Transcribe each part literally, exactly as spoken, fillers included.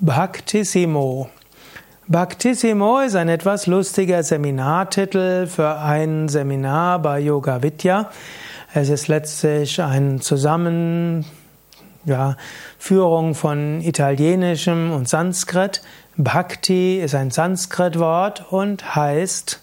Bhaktissimo. Bhaktissimo ist ein etwas lustiger Seminartitel für ein Seminar bei Yoga Vidya. Es ist letztlich eine Zusammenführung ja, von Italienischem und Sanskrit. Bhakti ist ein Sanskrit-Wort und heißt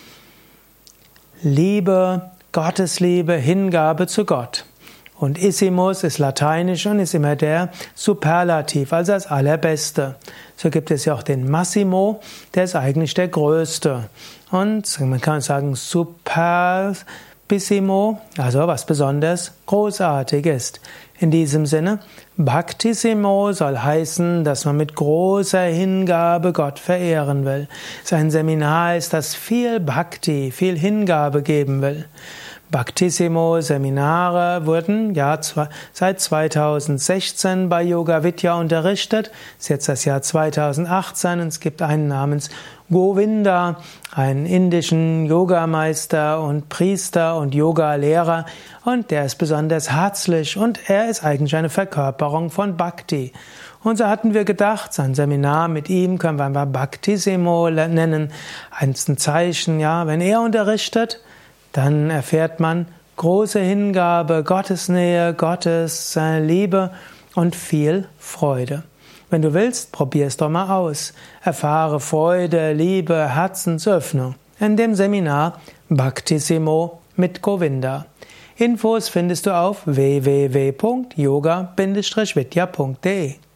Liebe, Gottesliebe, Hingabe zu Gott. Und Issimus ist lateinisch und ist immer der Superlativ, also das Allerbeste. So gibt es ja auch den Massimo, der ist eigentlich der Größte. Und man kann sagen Superbissimo, also was besonders großartig ist. In diesem Sinne, Bhaktissimo soll heißen, dass man mit großer Hingabe Gott verehren will. Sein Seminar ist, das viel Bhakti, viel Hingabe geben will. Bhaktissimo-Seminare wurden ja seit zweitausendsechzehn bei Yoga Vidya unterrichtet. Es ist jetzt das Jahr zweitausendachtzehn und es gibt einen namens Govinda, einen indischen Yogameister und Priester und Yogalehrer, und der ist besonders herzlich und er ist eigentlich eine Verkörperung von Bhakti. Und so hatten wir gedacht, sein Seminar mit ihm können wir einfach Bhaktissimo nennen, ein Zeichen, ja, wenn er unterrichtet, dann erfährt man große Hingabe, Gottesnähe, Gottes Liebe und viel Freude. Wenn du willst, probier es doch mal aus. Erfahre Freude, Liebe, Herzensöffnung in dem Seminar Bhaktissimo mit Govinda. Infos findest du auf w w w punkt yoga Bindestrich vidya punkt de.